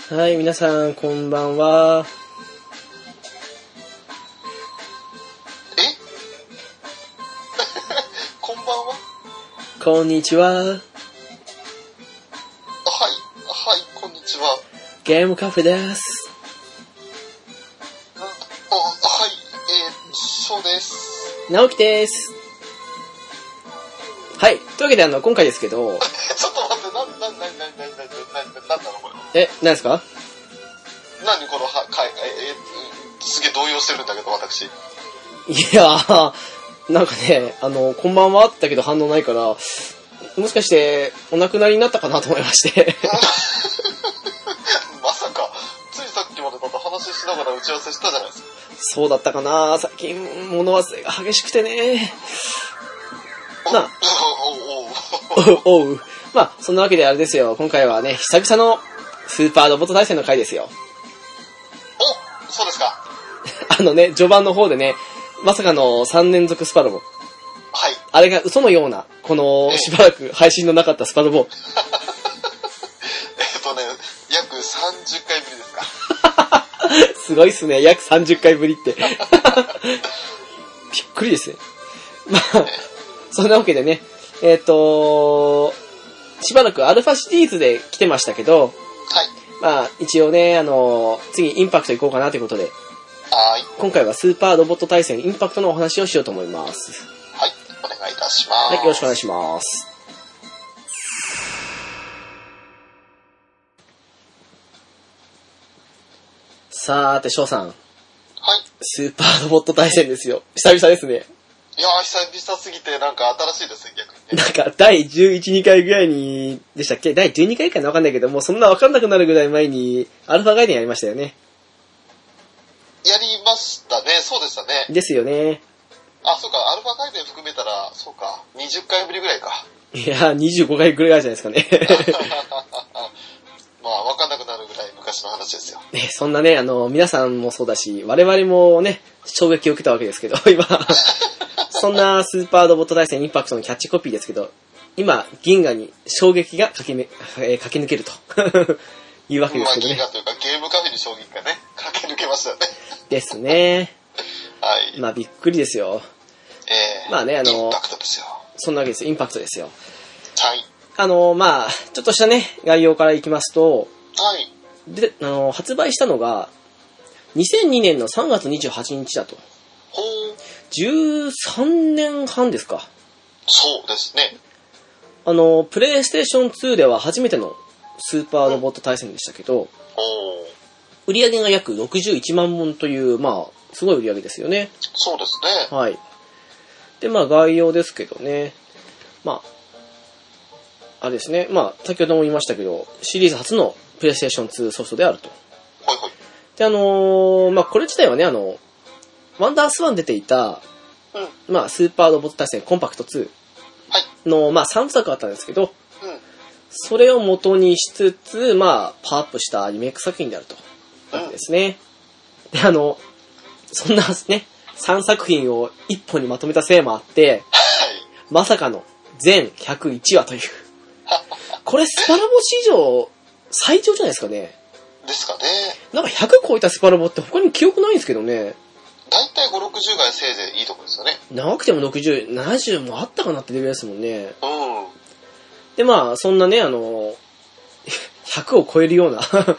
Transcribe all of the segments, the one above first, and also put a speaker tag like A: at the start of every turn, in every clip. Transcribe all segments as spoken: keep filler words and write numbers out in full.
A: はい、皆さん、こんばんは。
B: えこんばんは。
A: こんにちは。はい、
B: はい、こんにちは。
A: ゲームカフェです。
B: あ、はい、えー、そうです。
A: 直樹です。はい、というわけで、あの、今回ですけど、
B: ちょっと待って、な、な、な、な、な、な、な、なんだろ、これ。
A: え、何ですか？
B: 何この、は、かい、えー、すげえ動揺してるんだけど、私。
A: いやー、なんかね、あの、こんばんはってだけど反応ないから、もしかして、お亡くなりになったかなと思いまして。
B: まさか、ついさっきまでまた話しながら打ち合わせしたじゃないですか。
A: そうだったかな。最近、物忘れが激しくてね。まあ、
B: おうおう
A: おう。まあ、そんなわけであれですよ。今回はね、久々のスーパーロボット対戦の回ですよ。
B: お、そうですか。
A: あのね、序盤の方でね、まさかのさん連続スパロボ。
B: はい。
A: あれが嘘のような、このしばらく配信のなかったスパロボ。
B: えっとね、約さんじゅっかいぶりですか。
A: すごいっすね。約さんじゅっかいぶりって。びっくりですね。まあ、そんなわけでね、えっと、しばらくアルファシリーズで来てましたけど、
B: はい。
A: まあ、一応ね、あの、次インパクト行こうかなということで、
B: はい。
A: 今回はスーパーロボット対戦インパクトのお話をしようと思います。
B: はい。お願いいたします。
A: はい、よろしくお願いします。さーて、翔さん。
B: はい。
A: スーパーロボット対戦ですよ。久々ですね。
B: いやー、久々すぎて、なんか新しいですね、逆にね。
A: なんか、だいじゅういち、にかいぐらいに、でしたっけ？だいじゅうにかいかなわかんないけど、もうそんなわかんなくなるぐらい前に、アルファガイデンやりましたよね。
B: やりましたね、そうでしたね。
A: ですよね。
B: あ、そうか、アルファ回転含めたら、そうか、にじゅっかいぶりぐらいか。
A: いやー、にじゅうごかいぐらいじゃないですかね。
B: まあ、わかんなくなるぐらい昔の話ですよ。
A: ね、そんなね、あの、皆さんもそうだし、我々もね、衝撃を受けたわけですけど、今、そんなスーパーロボット対戦インパクトのキャッチコピーですけど、今、銀河に衝撃が駆けめ、えー、駆け抜けるというわけですけどね。
B: まあ、銀河というかゲームカフェに衝撃がね、駆け抜けましたよね。
A: ですね。
B: はい。
A: まあ、びっくりですよ。
B: えー、
A: まあね、あの、
B: インパクトですよ。
A: そんなわけですよ。インパクトですよ。
B: はい。
A: あの、まあ、ちょっとしたね、概要からいきますと、
B: はい。
A: で、あの、発売したのが、にせんにねんのさんがつにじゅうはちにちだと。
B: ほー。
A: じゅうさんねんはんですか。
B: そうですね。
A: あの、プレイステーションツーでは初めてのスーパーロボット対戦でしたけど、
B: ほー。
A: 売り上げが約ろくじゅういちまんぼんという、まあ、すごい売り上げですよね。
B: そうですね。
A: はい。で、まあ、概要ですけどね。まあ、あれですね。まあ、先ほども言いましたけど、シリーズ初のプレイステーションツーソフトであると。
B: ほいほい。
A: で、あのー、まあ、これ自体はね、あの、ワンダースワン出ていた、
B: うん。
A: まあ、スーパーロボット対戦コンパクトツ
B: はい。
A: ーの、まあ、さんさくあったんですけど、
B: うん。
A: それを元にしつつ、まあ、パワーアップしたリメイク作品であると。わけですね。で、あの、そんなね、さんさく品をいっぽんにまとめたせいもあって、
B: はい。
A: まさかの全ひゃくいちわという。これスパロボ史上最長じゃないですかね。
B: ですかね。
A: なんかひゃく超えたスパロボって他に記憶ないんですけどね。
B: だいたいご、ろくじゅうがせいぜいいいとこですよね。
A: 長くてもろくじゅう、ななじゅうもあったかなってレベルですもんね。
B: うん。
A: で、まあ、そんなね、あの、ひゃくを超えるような
B: はい。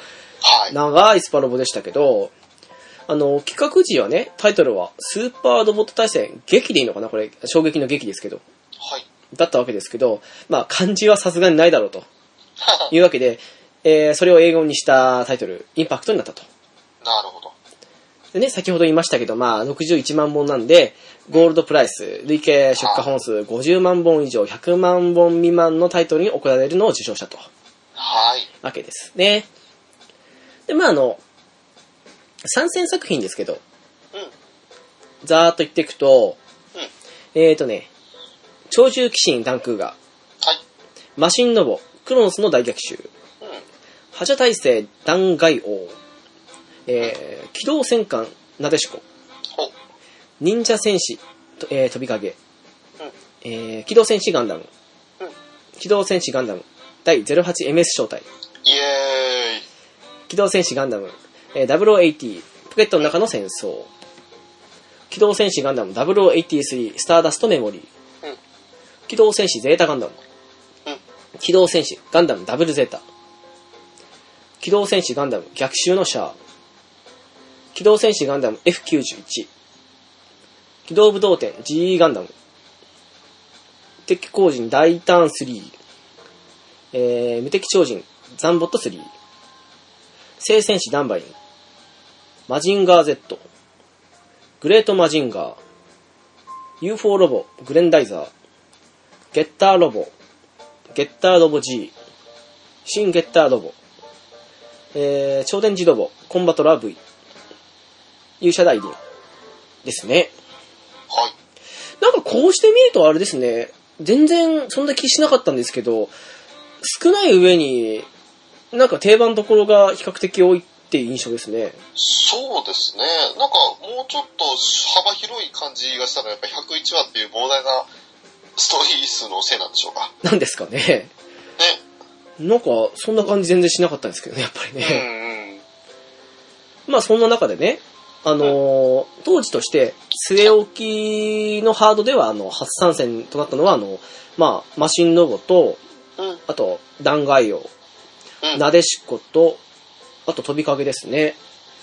A: 長いスパロボでしたけど、あの、企画時はね、タイトルはスーパーロボット対戦劇でいいのかなこれ、衝撃の劇ですけど。
B: はい。
A: だったわけですけど、まあ、漢字はさすがにないだろうというわけで、えー、それを英語にしたタイトル、インパクトになったと。
B: なるほど。
A: でね、先ほど言いましたけど、まあ、ろくじゅういちまんぼんなんで、ゴールドプライス、累計出荷本数ごじゅうまんぼん以上、ひゃくまんぼん未満のタイトルに贈られるのを受賞したと。
B: はい。
A: わけですね。で、まあ、あの、参戦作品ですけど、
B: うん。
A: ざーっと言っていくと、
B: うん。
A: えーとね、超獣騎士ダンクーガー、
B: はい。
A: マシンノボ、クロノスの大逆襲、
B: うん。
A: 覇者大帝弾劾王、えー、機動戦艦なでしこ、
B: ほう。
A: 忍者戦士、えー、飛び影、
B: うん。
A: えー、機動戦士ガンダム、
B: うん。
A: 機動戦士ガンダム、だいゼロはちエムエス 招待、
B: イエーイ。
A: 機動戦士ガンダム、えー、ダブルオーエイティー、ポケットの中の戦争。機動戦士ガンダム ダブルオーエイティースリー、スターダストメモリー。
B: うん。
A: 機動戦士ゼータガンダム。
B: うん。
A: 機動戦士ガンダムダブルゼータ。機動戦士ガンダム逆襲のシャア。機動戦士ガンダム エフきゅうじゅういち。機動武道展 ジーイー ガンダム。敵光人大ターンスリー。えー、無敵超人ザンボットスリー。聖戦士ダンバイン。マジンガー Z。グレートマジンガー。ユーフォー ロボグレンダイザー。ゲッターロボ。ゲッターロボ G。新ゲッターロボ。えー、超電磁ロボコンバトラー V。勇者大輪ですね。
B: はい。
A: なんかこうしてみるとあれですね、全然そんな気しなかったんですけど、少ない上になんか定番どころが比較的多いっていう印象ですね。
B: そうですね。なんかもうちょっと幅広い感じがしたのはやっぱひゃくいちわっていう膨大なストーリー数のせいなんでしょうか。
A: なんですかね。
B: ね。
A: なんかそんな感じ全然しなかったんですけどね、やっぱりね。
B: うんうん。
A: まあそんな中でね、あのー、当時として据え置きのハードではあの初参戦となったのはあの、まあ、マシンロボと、
B: うん、
A: あと弾丸王、
B: うん、
A: なでしことあと飛び影ですね。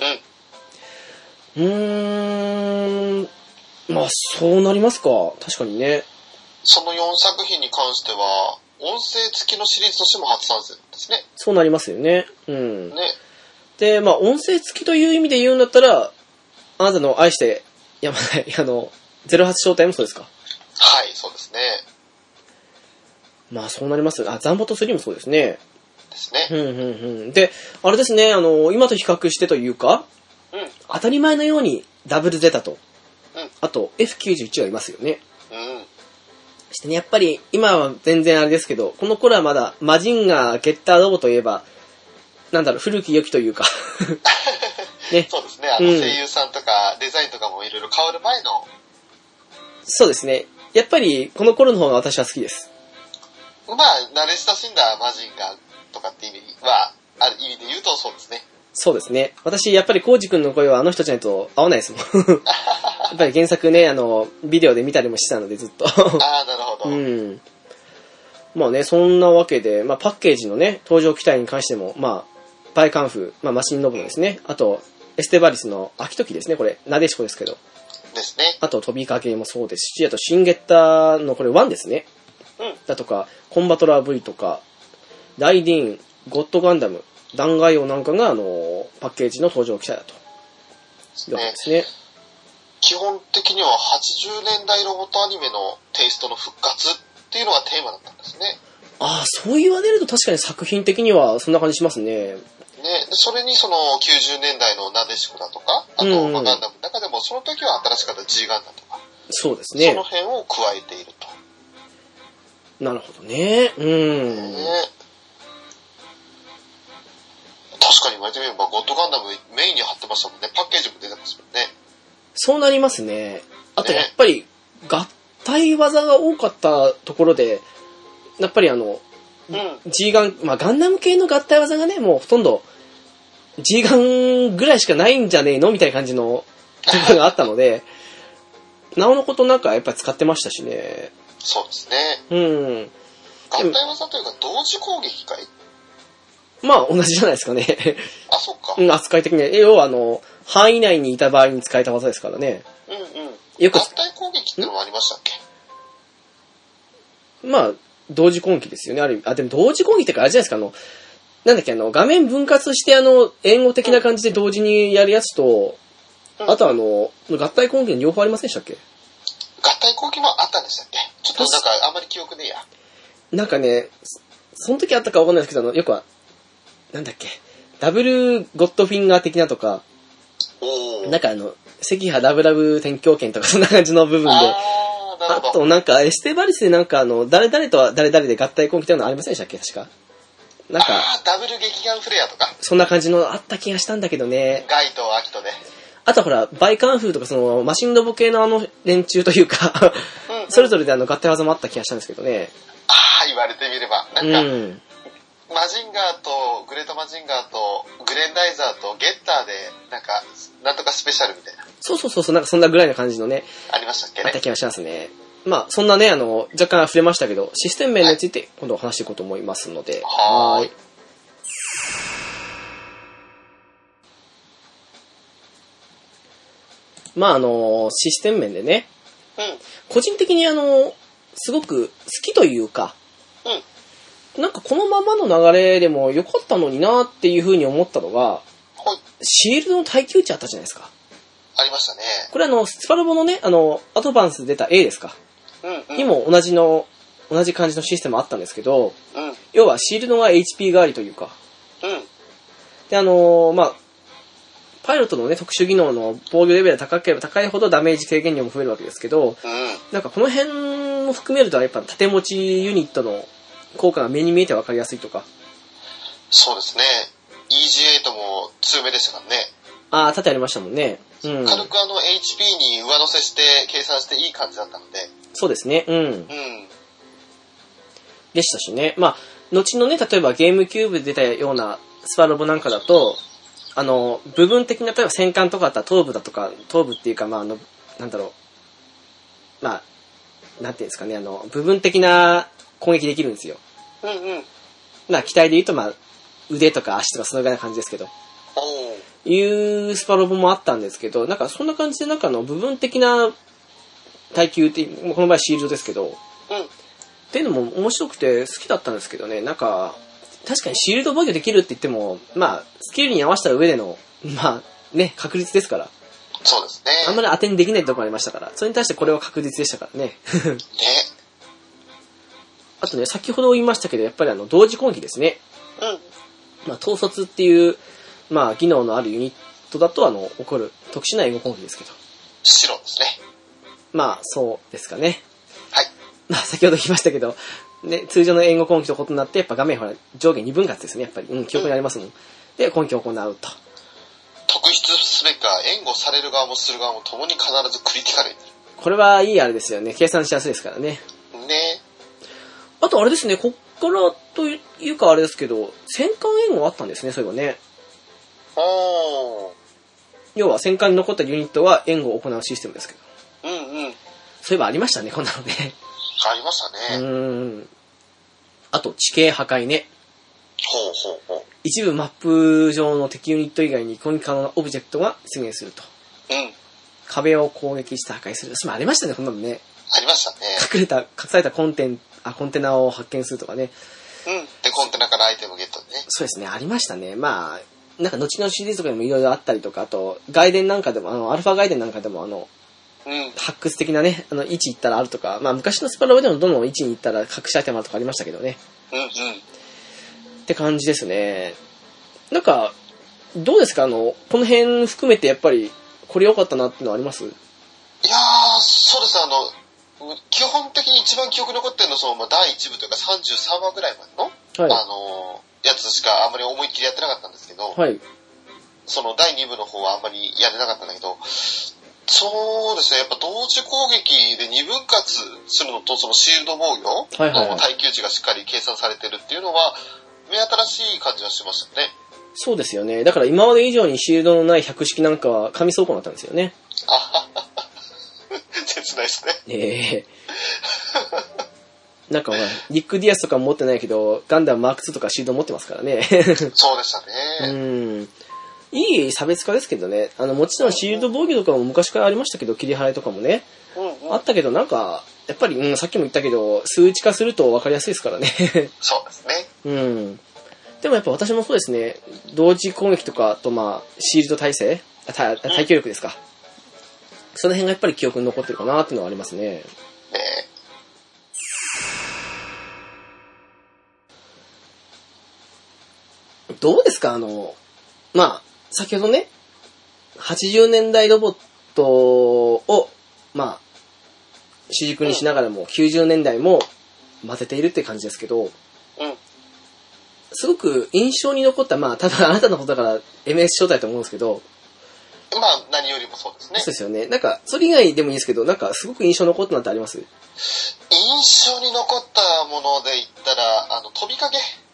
B: うん、
A: うーん、まあそうなりますか。確かにね。
B: そのよんさく品に関しては音声付きのシリーズとしても初参戦ですね。
A: そうなりますよね。うん。
B: ね。
A: で、まあ音声付きという意味で言うんだったら、あなたの愛してやまない、あの、ゼロはち招待もそうですか？
B: はい、そうですね。
A: まあそうなります。あ、ザンボットスリーもそうですね。
B: ですね。
A: うんうんうん。で、あれですね、あの、今と比較してというか、
B: うん。
A: 当たり前のようにダブルゼタと、
B: うん。
A: あと エフきゅうじゅういち がいますよね。
B: うん。
A: そしてね、やっぱり今は全然あれですけど、この頃はまだマジンガー、ゲッターロボといえば、なんだろう、古き良きというか、ね。
B: そうですね。あの、声優さんとかデザインとかもいろいろ変わる前の。
A: そうですね。やっぱりこの頃の方が私は好きです。
B: まあ、慣れ親しんだマジンガーとかって意味は、ある意味で言うとそうですね。
A: そうですね。私、やっぱりコウジ君の声はあの人じゃないと合わないですもん。やっぱり原作ね、あの、ビデオで見たりもしてたのでずっと。
B: ああ、なるほど。
A: うん。まあね、そんなわけで、まあパッケージのね、登場機体に関しても、まあ、バイカンフー、まあマシンノブのですね、あと、エステバリスの秋時ですね、これ、なでしこですけど。
B: ですね。
A: あと、飛びかけもそうですし、あと、シンゲッターのこれワンですね。
B: うん。
A: だとか、コンバトラー V とか、ライディーン、ゴッドガンダム、弾丸王なんかが、あの、パッケージの登場機体だと。いうわけですね。
B: 基本的にははちじゅうねんだいロボットアニメのテイストの復活っていうのがテーマだったんですね。
A: ああ、そう言われると確かに作品的にはそんな感じしますね。
B: ね、でそれにそのきゅうじゅうねんだいのなでしこだとか、あと、
A: うんうん
B: まあ、ガンダムの中でもその時は新しかった G ガンダムとか、
A: そうですね。
B: その辺を加えていると。
A: なるほどね。うん。
B: ね、確かに言われてみればゴッドガンダムメインに貼ってましたもんね。パッケージも出てますもんね。
A: そうなりますね。あとやっぱり合体技が多かったところで、やっぱりあの、
B: うん、
A: G ガン、まあガンダム系の合体技がね、もうほとんど G ガンぐらいしかないんじゃねえのみたいな感じのところがあったので、なおのことなんかやっぱり使ってましたしね。
B: そうですね。
A: うん。
B: 合体技というか同時攻撃かい？
A: まあ同じじゃないですかね。
B: あ、そっか。
A: うん、扱い的には。要はあの、範囲内にいた場合に使えた技ですからね。
B: うんうん。
A: よく
B: 合体攻撃ってのもありましたっけ？
A: まあ、同時攻撃ですよね。ある意味。あ、でも同時攻撃ってかあれじゃないですか、あの、なんだっけ、あの、画面分割してあの、援護的な感じで同時にやるやつと、うん、あとあの、合体攻撃の両方ありませんでしたっけ？
B: 合体攻撃もあったんでしたっけ？ちょっとなんかあんまり記憶ねえや。
A: なんかね、その時あったかわかんないですけど、あの、よくは、なんだっけ、ダブルゴッドフィンガー的なとか、
B: お
A: なんかあの、赤波ラブラブ転教剣とかそんな感じの部分で、あ, あとなんかエステバリスでなんかあの、誰々とは誰々で合体攻撃っていうのありませんでしたっけ確か。なんか、
B: あー、ダブル撃眼フレアとか。
A: そんな感じのあった気がしたんだけどね。
B: ガイとアキトで。
A: あとほら、バイカンフーとかその、マシンロボ系のあの連中というか、うん、うん、それぞれであの合体技もあった気がしたんですけどね。
B: あー、言われてみれば。なんか、うん、 マジンガーと、グレートマジンガーと、グレンダイザーと、ゲッターで、なんか、なんとかスペシャルみたいな。
A: そうそうそうそう、なんかそんなぐらいの感じのね、
B: ありましたっけね。
A: あった気がしますね。まあ、そんなね、あの、若干触れましたけど、システム面について今度話していこうと思いますので。
B: はーい。
A: まあ、あの、システム面でね、
B: うん。
A: 個人的にあの、すごく好きというか、
B: うん。
A: なんかこのままの流れでも良かったのになっていうふうに思ったのが、
B: はい。
A: シールドの耐久値あったじゃないですか。
B: ありましたね。
A: これあの、スパロボのね、あの、アドバンスで出た A ですか。
B: うんうん。
A: にも同じの、同じ感じのシステムあったんですけど、
B: うん。うん。
A: 要はシールドが エイチピー 代わりというか、で、あのーまあ、パイロットのね、特殊技能の防御レベルが高ければ高いほどダメージ軽減量も増えるわけですけど、
B: うん。
A: なんかこの辺も含めるとやっぱ縦持ちユニットの効果が目に見えて分かりやすいとか。
B: そうですね。イージーエイト も強めでしたからね。
A: ああ、縦ありましたもんね。うん。
B: 軽くあの エイチピー に上乗せして計算していい感じだったので。
A: そうですね。うん。
B: うん。
A: でしたしね。まあ、後のね、例えばゲームキューブで出たようなスパロボなんかだと、あの、部分的な、例えば戦艦とかだったら頭部だとか、頭部っていうか、まあ、あの、なんだろう。まあ、なんていうんですかね、あの、部分的な攻撃できるんですよ。
B: うんうん。
A: まあ、機体で言うと、まあ、腕とか足とかそのぐらいな感じですけど。
B: おー。
A: いうスパロボもあったんですけど、なんかそんな感じで、なんかあの、部分的な耐久っていう、この場合シールドですけど、
B: うん。
A: っていうのも面白くて好きだったんですけどね、なんか、確かにシールド防御できるって言っても、まあ、スキルに合わせた上での、まあ、ね、確率ですから。
B: そうですね。
A: あんまり当てにできないところがありましたから、それに対してこれは確実でしたからね。
B: ね。
A: あとね、先ほど言いましたけど、やっぱりあの、同時攻撃ですね。
B: うん。
A: まあ、統率っていう、まあ、技能のあるユニットだと、あの、起こる特殊な援護攻撃ですけど。
B: 白ですね。
A: まあ、そうですかね。
B: はい。
A: まあ、先ほど言いましたけど、ね、通常の援護攻撃と異なって、やっぱ画面ほら、上下二分割ですね、やっぱり。うん、記憶にありますもん。で、攻撃を行うと。
B: 特筆すべきか、援護される側もする側も共に必ずクリティカルに。
A: これはいいあれですよね。計算しやすいですからね。
B: ね。
A: あとあれですね、こっからというかあれですけど、戦艦援護あったんですね、そういえばね。
B: おー。
A: 要は戦艦に残ったユニットは援護を行うシステムですけど。
B: うんうん。
A: そういえばありましたね、こんなのね。
B: ありました
A: う
B: ね。
A: ーん。あと地形破壊ね。
B: ほうほうほう。
A: 一部マップ上の敵ユニット以外に攻撃可能なオブジェクトが出現すると。
B: うん。
A: 壁を攻撃して破壊する。それもありましたね、こんなのね。
B: ありましたね。
A: 隠れた、隠されたコンテン、あ、コンテナを発見するとかね。
B: うん。で、コンテナからアイテムゲットね。
A: そうですね、ありましたね。まあ、なんか後のシリーズとかにもいろいろあったりとか、あと、外伝なんかでも、あの、アルファ外伝なんかでも、あの、
B: うん。
A: 発掘的なね、あの、位置行ったらあるとか、まあ昔のスパロボでもどの位置に行ったら隠しアイテムあるとかありましたけどね。
B: うんうん。
A: って感じですね。なんか、どうですかあの、この辺含めてやっぱり、これ良かったなってのはあります？
B: いやー、そうです。あの、基本的に一番記憶に残ってるのは、その、まあ、だいいち部というかさんじゅうさんわぐらいまでの、
A: はい。
B: あの、やつしかあんまり思いっきりやってなかったんですけど、
A: はい。
B: そのだいに部の方はあんまりやれなかったんだけど、そうですね、やっぱ同時攻撃でに分割するのと、そのシールド防御
A: はいはいはい
B: の耐久値がしっかり計算されてるっていうのは、目新しい感じはしましたね。
A: そうですよね。だから今まで以上にシールドのない百式なんかは紙倉庫になったんですよね。
B: あははは。切ないですね。
A: ええなんかほら、リック・ディアスとかも持ってないけど、ガンダムマークツーとかシールド持ってますからね。
B: そうでした
A: う
B: ね。
A: ん。いい差別化ですけどね。あの、もちろんシールド防御とかも昔からありましたけど、切り払いとかもね。
B: うんうん。
A: あったけど、なんか、やっぱり、うん、さっきも言ったけど、数値化すると分かりやすいですからね。
B: そうですね。
A: うん。でもやっぱ私もそうですね。同時攻撃とか、とまあ、シールド耐性あ耐耐久力ですか。その辺がやっぱり記憶に残ってるかなっていうのはありますね。
B: ね
A: どうですかあの、まあ、先ほどね、はちじゅうねんだいロボットを、まあ、主軸にしながらもきゅうじゅうねんだいも混ぜているって感じですけど、
B: うん。
A: すごく印象に残った、まあ、ただあなたのことだから エムエス 招待と思うんですけど、
B: まあ、何よりもそうですね。
A: そうですよね。なんか、それ以外でもいいですけど、なんか、すごく印象に残ったのってあります？
B: 印象に残ったもので言ったら、あの、飛びかけ。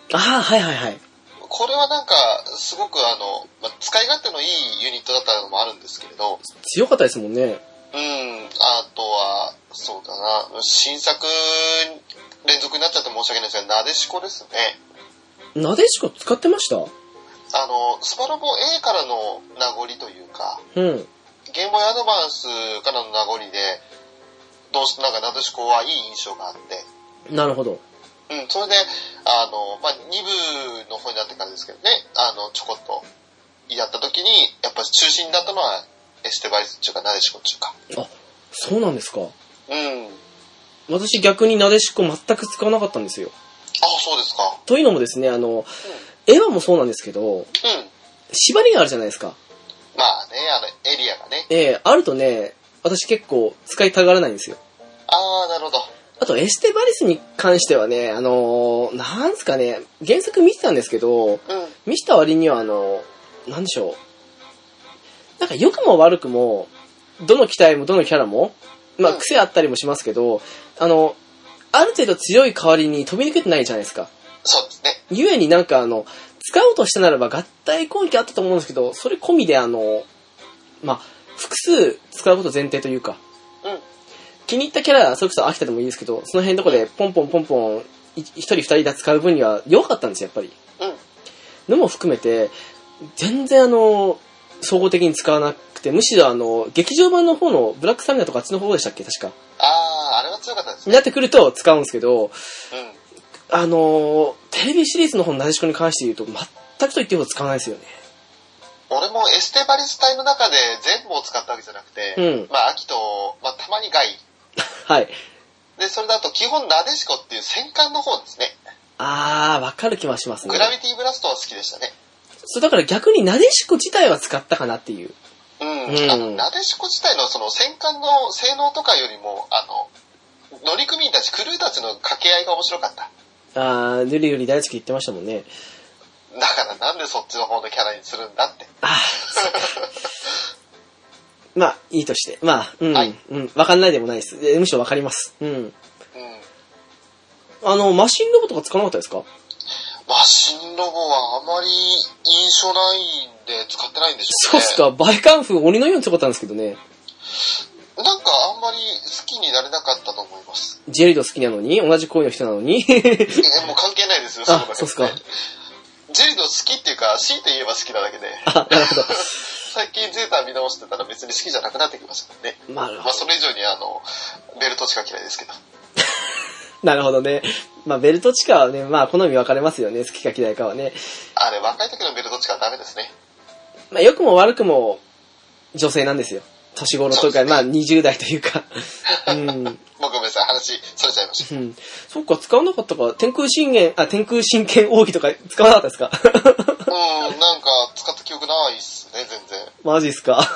A: ああ、はいはいはい。
B: これはなんか、すごくあの、まあ、使い勝手のいいユニットだったのもあるんですけれど。
A: 強かったですもんね。
B: うん、あとは、そうだな、新作連続になっちゃって申し訳ないですが、なでしこですね。
A: なでしこ使ってました？
B: あの、スパロボ A からの名残というか、
A: うん。
B: ゲームボーイアドバンスからの名残で、どうしてなんかなでしこはいい印象があって。
A: なるほど。
B: うん、それで、あの、まあ、に部の方になってからですけどね、あの、ちょこっとやった時に、やっぱり中心だったのは、エステバリスっていうか、なでしこっていうか。
A: あ、そうなんですか。
B: うん。
A: 私逆になでしこ全く使わなかったんですよ。
B: あ、そうですか。
A: というのもですね、あの、うん、エヴァもそうなんですけど、うん。縛りがあるじゃないですか。
B: まあね、あの、エリアがね。
A: ええー、あるとね、私結構使いたがらないんですよ。
B: あー、なるほど。
A: あと、エステバリスに関してはね、あのー、なんすかね、原作見てたんですけど、うん、見せた割には、あの、なんでしょう。なんか良くも悪くも、どの機体もどのキャラも、まあ、うん、癖あったりもしますけど、あの、ある程度強い代わりに飛び抜けてないじゃないですか。
B: そうですね。
A: ゆえになんかあの、使おうとしたならば合体攻撃あったと思うんですけど、それ込みであの、まあ、複数使うこと前提というか、うん、気に入ったキャラ、それこそ飽きたでもいいですけど、その辺のとこでポンポンポンポン、一人二人で使う分には弱かったんですよ、やっぱり。うん。のも含めて、全然あの、総合的に使わなくて、むしろあの、劇場版の方のブラックサミナとかあっちの方でしたっけ、確か。
B: あー、あれは強かったですね。
A: になってくると使うんですけど、うん。あの、テレビシリーズの方のなでしこに関して言うと、全くと言っていいほど使わないですよね。
B: 俺もエステバリス隊の中で全部を使ったわけじゃなくて、うん、まあ、秋と、まあ、たまにガイ。
A: はい。
B: で、それだと基本なでしこっていう戦艦の方ですね。
A: あー、わかる気はしますね。
B: グラビティブラストは好きでしたね。
A: そう、だから逆になでしこ自体は使ったかなっていう。
B: うん。うん、あの、なでしこ自体のその戦艦の性能とかよりも、あの、乗組員たち、クルーたちの掛け合いが面白かった。
A: あー、ルリより大好き言ってましたもんね。
B: だからなんでそっちの方のキャラにするんだって。
A: あー、そうか。まあ、いいとして。まあ、うん。
B: はい、
A: うん。わかんないでもないです。むしろわかります。うん。うん。あの、マシンロボとか使わなかったですか？
B: マシンロボはあまり印象ないんで使ってないんでしょうね。
A: そうっすか。バイカンフ鬼のように強かったんですけどね。
B: なんかあんまり好きになれなかったと思います。
A: ジェリド好きなのに同じ声の人なのに
B: え、もう関係ないですよ。
A: あ、そうっすか。
B: ジェリド好きっていうか、強いて言えば好きなだけで。
A: あ、なるほど。
B: 最近ゼータ見直してたら別に好きじゃなくなってきましたね。まあ、まあ、それ以上にあの、ベルトチカ嫌いですけど。
A: なるほどね。まあ、ベルトチカはね、まあ、好み分かれますよね。好きか嫌いかはね。
B: あれ、若い時のベルトチカはダメですね。
A: まあ、良くも悪くも、女性なんですよ。年頃というか、ね、まあ、にじゅう代というか。うん。
B: ごめんなさい、話、それちゃいました。
A: うん。そっか、使わなかったか。天空信玄、あ、天空神剣奥義とか使わなかったですか？
B: うん、なんか、使った記憶ないっすね、全然。
A: マジっすか。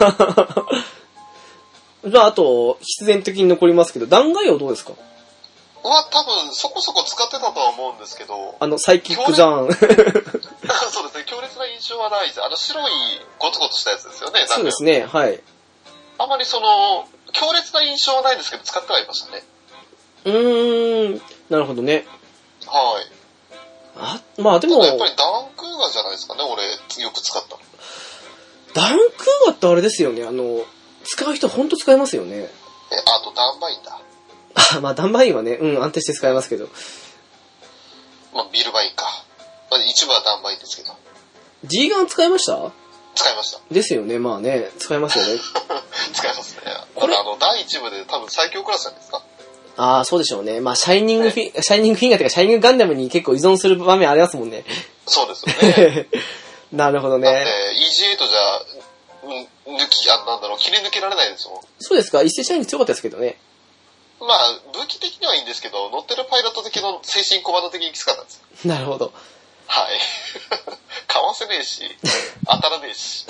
A: じゃあ、あと、必然的に残りますけど、弾劾王どうですか？
B: は、多分、そこそこ使ってたとは思うんですけど。
A: あの、サイキックジャン。
B: そうですね、強烈な印象はないです。あの、白いゴツゴツしたやつですよね。
A: そうですね、はい。
B: あまりその、強烈な印象はないですけど、使ってはいましたね。
A: うーん、なるほどね。
B: はい。
A: あ、まあでも。
B: やっぱりダンクーガじゃないですかね、俺、よく使ったの。
A: ダンクーガってあれですよね、あの、使う人ほんと使いますよね。
B: え、あとダンバインだ。
A: あ、まあダンバインはね、うん、安定して使えますけど。
B: まあビルバインか。まあ、一部はダンバインですけど。
A: G ガン使いました？
B: 使いました。
A: ですよね、まあね、使いますよね。
B: 使いますね。これあの、だいいち部で多分最強クラスなんですか？
A: ああ、そうでしょうね。まあ、シャイニングフィ、ね、シャイニングフィンガーというか、シャイニングガンダムに結構依存する場面ありますもんね。
B: そうですよね。
A: なるほどね。
B: だって、イージーエイト じゃ、うん、抜き、あ、なんだろう、切り抜けられないですもん。
A: そうですか、一斉シャイニング強かったですけどね。
B: まあ、武器的にはいいんですけど、乗ってるパイロット的の精神コマンド的にきつかったんです。
A: なるほど。
B: はい。かわせねえし、当たらねえし。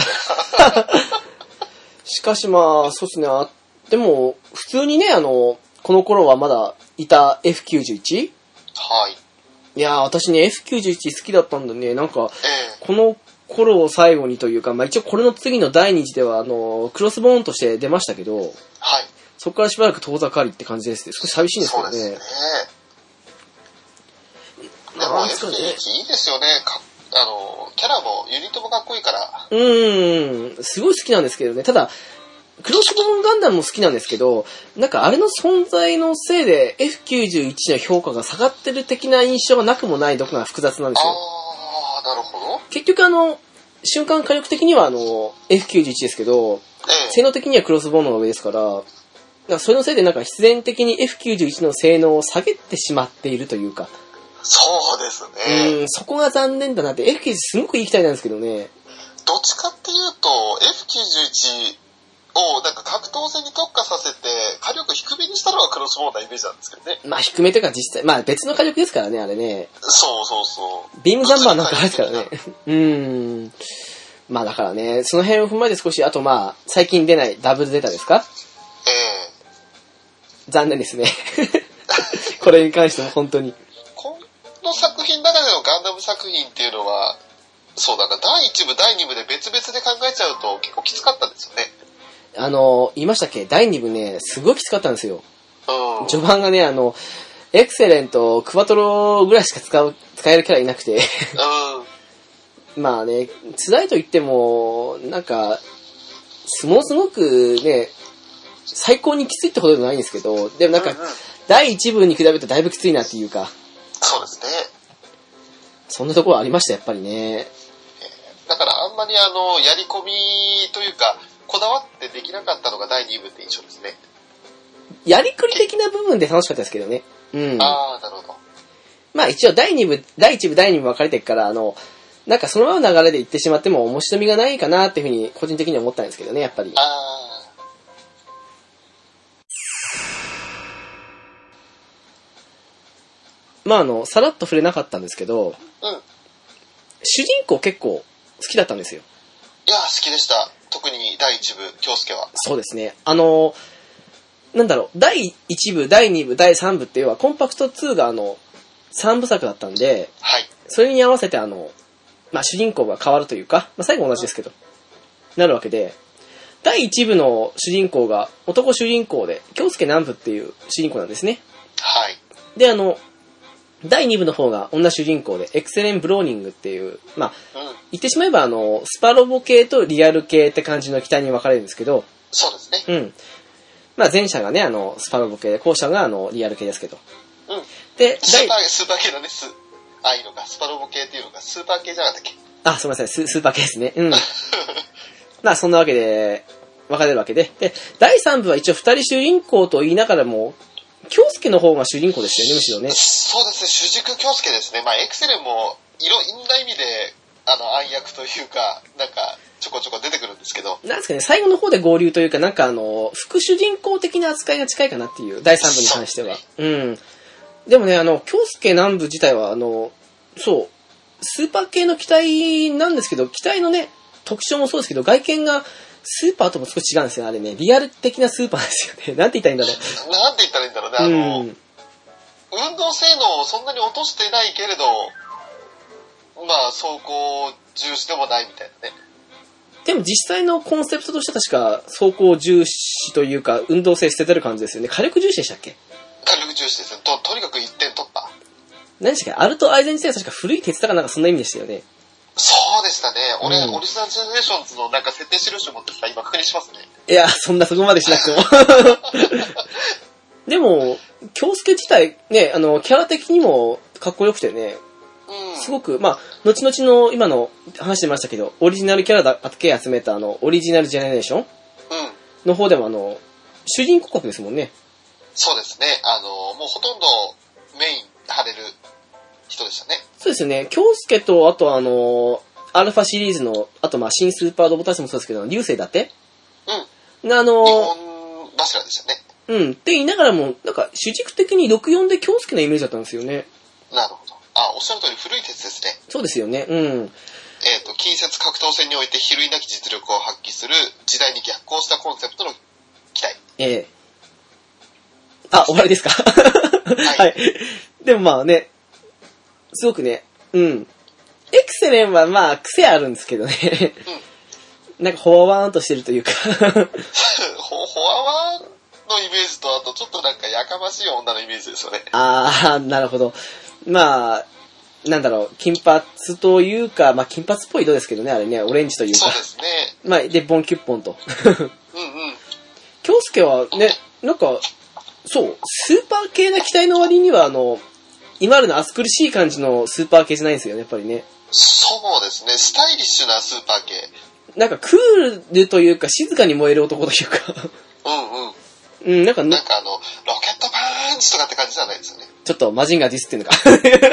A: しかしまあ、そうですね。でも、普通にね、あの、この頃はまだいた エフきゅうじゅういち？
B: はい。
A: いやー、私ね、エフきゅうじゅういち 好きだったんでね、なんか、
B: えー、
A: この頃を最後にというか、まあ一応これの次のだいに次では、あの、クロスボーンとして出ましたけど、
B: はい。
A: そこからしばらく遠ざかりって感じですね。少し寂しいんですけどね。
B: そうですね。でもや、もう エフきゅうじゅういち いいですよね。かあの、キャラも、ユニットもかっこいいから。
A: うーん、すごい好きなんですけどね。ただ、クロスボーンガンダムも好きなんですけど、なんかあれの存在のせいで エフきゅうじゅういち の評価が下がってる的な印象がなくもないどこが複雑なんですよ。
B: あー、なるほど。
A: 結局あの、瞬間火力的にはあの、エフきゅうじゅういち ですけど、
B: ええ、
A: 性能的にはクロスボーンの方が上ですから、なんかそれのせいでなんか必然的に エフきゅうじゅういち の性能を下げてしまっているというか。
B: そうですね。
A: うん、そこが残念だなって。エフきゅうじゅういち すごくいい機体なんですけどね。
B: どっちかっていうと、エフきゅうじゅういち をなんか格闘戦に特化させて、火力低めにしたのがクロスボーンなイメージなんですけどね。
A: まあ低めというか実際、まあ別の火力ですからね、あれね。
B: そうそうそう。
A: ビームザンバーなんかあれですからね。うーん。まあだからね、その辺を踏まえて少し、あとまあ、最近出ないダブルデータですか？
B: ええ
A: ー。残念ですね。これに関しても本当に。
B: この作品の中でのガンダム作品っていうのは、そうだな、だいいち部、だいに部で別々で考えちゃうと結構きつかったんですよね。
A: あの、言いましたっけ？だいに部ね、すごいきつかったんですよ。
B: うん。
A: 序盤がね、あの、エクセレント、クワトロぐらいしか使う、使えるキャラいなくて。
B: うん。
A: まあね、辛いと言っても、なんか、ものすごくね、最高にきついってほどでもないんですけど、でもなんか、
B: うんうん、
A: だいいち部に比べるとだいぶきついなっていうか。
B: そうですね。
A: そんなところありました、やっぱりね。
B: だからあんまりあの、やり込みというか、こだわってできなかったのがだいに部って印象ですね。
A: やりくり的な部分で楽しかったですけどね。うん。
B: ああ、なるほど。
A: まあ一応だいに部、だいいち部、だいに部分かれてるから、あの、なんかそのままの流れで行ってしまっても面白みがないかなっていうふうに個人的には思ったんですけどね、やっぱり。
B: ああ。
A: まああの、さらっと触れなかったんですけど、
B: うん。
A: 主人公結構好きだったんですよ。
B: いや、好きでした。特にだいいち部、京介は。
A: そうですね。あの、なんだろう、だいいち部、だいに部、だいさん部っていうのは、コンパクトツーがあの、さん部作だったんで、
B: はい。
A: それに合わせてあの、まあ、主人公が変わるというか、まあ、最後同じですけど、なるわけで、だいいち部の主人公が男主人公で、京介南部っていう主人公なんですね。
B: はい。
A: で、あの、だいに部の方が女主人公で、エクセレン・ブローニングっていう、まあ、
B: うん。
A: 言ってしまえばあの、スパロボ系とリアル系って感じの機体に分かれるんですけど、
B: そうですね。
A: うん。まあ前者がね、あの、スパロボ系で、後者があの、リアル系ですけど。
B: うん。
A: で、
B: スーパー、スーパー系だね、ス、ああいうのか、スパロボ系っていうのがスーパー系じゃなかったっけ？
A: あ、すみません、ススーパー系ですね。うん。まあそんなわけで、分かれるわけで。で、だいさん部は一応二人主人公と言いながらも、京介の方が主人公ですよね、むしろね。
B: そうですね、主軸京介ですね。まあ、エクセレンも、いろんな意味で、あの、暗躍というか、なんか、ちょこちょこ出てくるんですけど。
A: なんですかね、最後の方で合流というか、なんかあの、副主人公的な扱いが近いかなっていう、だいさん部に関しては。う,、ね、うん。でもね、あの、京介南部自体は、あの、そう、スーパー系の機体なんですけど、機体のね、特徴もそうですけど、外見が、スーパーとも少し違うんですよ、あれね。リアル的なスーパーですよね。なんて言ったらいいんだろう。
B: なんて言ったらいいんだろうね。あの、うん、運動性能をそんなに落としてないけれど、まあ、走行重視でもないみたいなね。
A: でも実際のコンセプトとしては確か、走行重視というか、運動性捨ててる感じですよね。火力重視でしたっけ？
B: 火力重視ですね。と、とにかくいってん突破。
A: 何でしたっけ？アルトアイゼン自体は確か古い鉄だかなんかそんな意味でしたよね。
B: そうでしたね。俺、うん、オリジナルジェネレーションズのなんか設定印を持ってさ、今確認しますね。
A: いや、そんなそこまでしなくても。でも、京介自体、ね、あの、キャラ的にもかっこよくてね、
B: うん、
A: すごく、まあ、後々の今の話してましたけど、オリジナルキャラだけ集めたあの、オリジナルジェネレーションの方でもあの、主人公格ですもんね。
B: そうですね。あの、もうほとんどメイン張れる人でしたね。
A: そうですよね。京介と、あとあの、アルファシリーズの、あとまあ、新スーパーロボタスもそうですけど、流星だって。
B: うん。
A: あの、
B: 日本柱でしたね。
A: うん。って言いながらも、なんか、主軸的にろくよんで京介のイメージだったんですよね。
B: なるほど。あ、おっしゃる通り古い鉄ですね。
A: そうですよね。うん。
B: えっと、近接格闘戦において比類なき実力を発揮する時代に逆行したコンセプトの機体。
A: ええ。あ、終わりですか？はい、はい。でもまあね、すごくね、うん。エクセレンはまあ癖あるんですけどね。うん。なんかほわわーんとしてるというか
B: ほ、ほわわーんのイメージと、あとちょっとなんかやかましい女のイメージですよね。
A: あー、なるほど。まあ、 なんだろう、金髪というか、まあ、金髪っぽい色ですけどね、あれね、オレンジというか。
B: そうですね。
A: まあ、で、ボンキュッポンと。
B: うんうん。
A: 京介はね、なんか、そう、スーパー系な機体の割には、あの、今までの暑苦しい感じのスーパー系じゃないんですよね、やっぱりね。
B: そうですね、スタイリッシュなスーパー系。
A: なんかクールというか、静かに燃える男というか。
B: うんうん。
A: うん、なんか、
B: なんかあの、ロケットパンチとかって感じじゃないですよね。
A: ちょっとマジンガーディスってんのか。
B: でも違うよね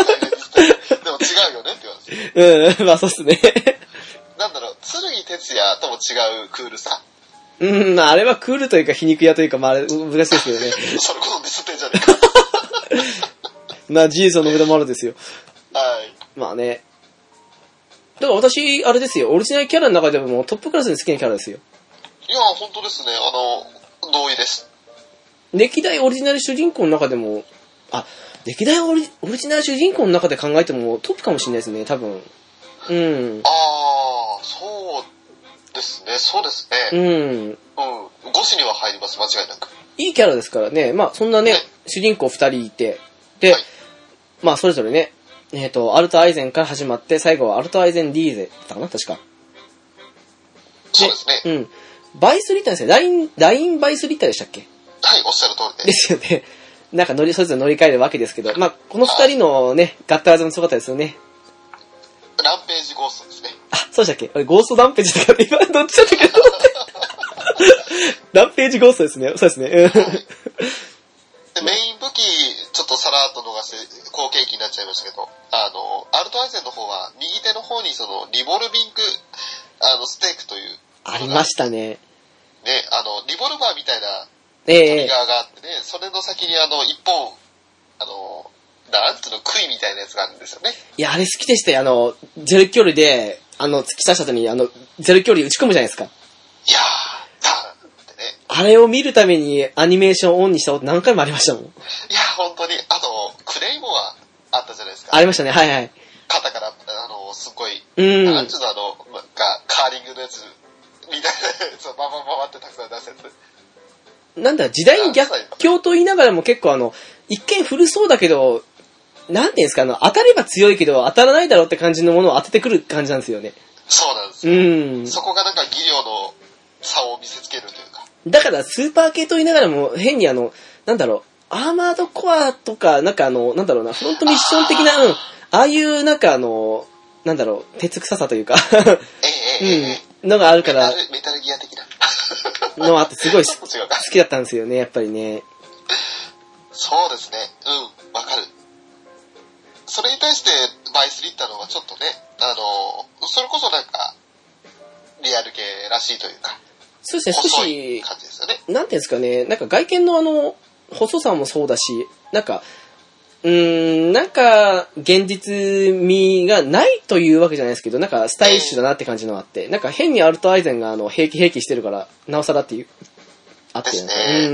B: って言われて。
A: うん、まあそうっすね。
B: なんだろう、剣哲也とも違うクールさ。
A: うん、まああれはクールというか皮肉屋というか、まああれ難しいですけどね。
B: それこそディスってんじゃねえか。
A: まあ事実の無駄もあるですよ。
B: はい。
A: まあね。だから私、あれですよ、オリジナルキャラの中でももうトップクラスに好きなキャラですよ。
B: いや、本当ですね。あの、同意です。
A: 歴代オリジナル主人公の中でも、あ、歴代オリ、オリジナル主人公の中で考えてもトップかもしれないですね、多分。うん。
B: ああ、そうですね、そうですね。
A: うん。
B: うん。ごしには入ります、間違いなく。
A: いいキャラですからね。まあ、そんなね、
B: ね
A: 主人公二人いて、で、はい、まあ、それぞれね、えっ、ー、と、アルトアイゼンから始まって、最後はアルトアイゼンディーゼだったかな、確か。
B: そうですね。
A: うん。バイスリッターですね。ライン、ラインバイスリッターでしたっけ？
B: はい、おっしゃる通り
A: です。ですよね。なんか乗り、それぞれ乗り換えるわけですけど、まあ、この二人のね、合体技もすごかったですよね。
B: ランページゴーストですね。
A: あ、そうでしたっけ？あれ、ゴーストランページとかって今、どっちだったっけと思って。ランページゴーストですね。そうですね。で、
B: メイン武器、ちょっとさらっと逃して後継機になっちゃいましたけど、あの、アルトアイゼンの方は、右手の方にその、リボルビング、あの、ステークという。
A: ありましたね。
B: ね、あの、リボルバーみたいな、ト
A: ええ
B: リガーがあってね、それの先にあの、一本、あの、なんつうの、杭みたいなやつがあるんですよね。
A: いや、あれ好きでしたよ。あの、ゼロ距離で、あの、突き刺した後に、あの、ゼロ距離打ち込むじゃないですか。
B: いやー、ダーンってね。
A: あれを見るためにアニメーションオンにしたこと何回もありましたもん。い
B: や、本当に、あと、クレイモアあったじゃないですか。
A: ありましたね、はいはい。
B: 肩から、あの、すっごい、
A: うん。
B: なんちゅうの、あの、が、カーリングのやつ、みたいなやつをババババってたくさん出すやつ。
A: なんだ、時代に逆境と言いながらも結構あの、一見古そうだけど、なんていうんですか、あの、当たれば強いけど当たらないだろうって感じのものを当ててくる感じなんですよね。
B: そうなんですよ。
A: うん。
B: そこがなんか技量の差を見せつけるというか。
A: だからスーパー系と言いながらも変にあの、なんだろう、アーマードコアとか、なんかあの、なんだろうな、フロントミッション的な、うん、ああいうなんかあの、なんだろう、鉄臭さというか、
B: ええええ、
A: うん、のがあるから、
B: メタル、メタルギア的な。
A: のあってすごい好きだったんですよね、やっぱりね。
B: そうですね。うん、わかる。それに対してバイスリッターの方がちょっとね、あの、それこそなんか、リアル系らしいというか。
A: そうですね、少し、
B: 感じですよね。
A: なんていうんですかね、なんか外見のあの、細さもそうだし、なんか、うーん、なんか、現実味がないというわけじゃないですけど、なんか、スタイリッシュだなって感じのがあって、なんか変にアルトアイゼンが、あの、平気平気してるから、なおさらっていう、あって
B: ですね。
A: うん。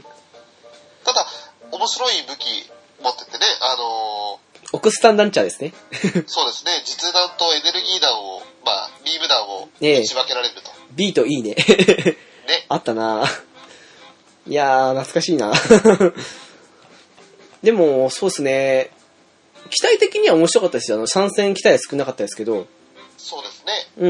B: ただ、面白い武器持っててね、あの
A: ー、オクスタンランチャーですね。
B: そうですね、実弾とエネルギー弾を、まあ、ビーム弾を打ち分けられると。
A: ええ、B と E ね。
B: ね。
A: あったないやー、懐かしいな。でも、そうですね。機体的には面白かったですよ。あの、参戦機体は少なかったですけど。
B: そうですね。
A: うん。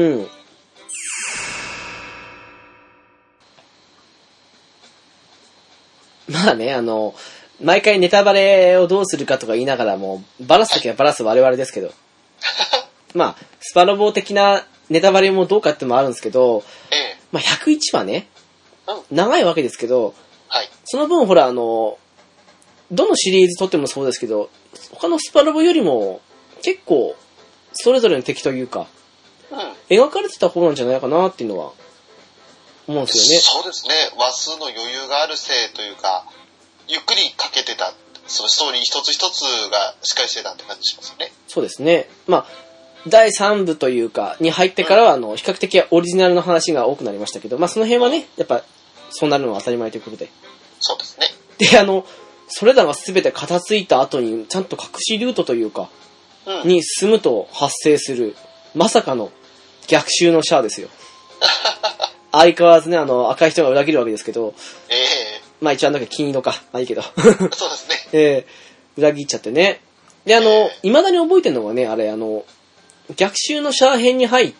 A: まあね、あの、毎回ネタバレをどうするかとか言いながらも、バラすときはバラす我々ですけど。まあ、スパロボ的なネタバレもどうかってもあるんですけど、
B: ええ、
A: まあ、ひゃくいちわね、
B: うん、
A: 長いわけですけど、
B: はい、
A: その分ほら、あの、どのシリーズ撮ってもそうですけど、他のスパロボよりも結構それぞれの敵というか、
B: うん、
A: 描かれてた方なんじゃないかなっていうのは思うんですよね。
B: そうですね。話数の余裕があるせいというか、ゆっくりかけてた、そのストーリー一つ一つがしっかりしてたって感じしますよね。
A: そうですね。まあ、だいさんぶというか、に入ってからは、あの、比較的オリジナルの話が多くなりましたけど、まあその辺はね、やっぱ、そうなるのは当たり前ということで。
B: そうですね。
A: で、あの、それらが全て片付いた後に、ちゃんと隠しルートというか、
B: うん、
A: に進むと発生する、まさかの逆襲のシャアですよ。相変わらずね、あの、赤い人が裏切るわけですけど、
B: ええー、
A: まあ一応あの時金色か、まあいいけど。
B: そうですね。
A: ええー、裏切っちゃってね。 で、あの、未だに覚えてるのがね、あれ、あの、逆襲のシャア編に入って、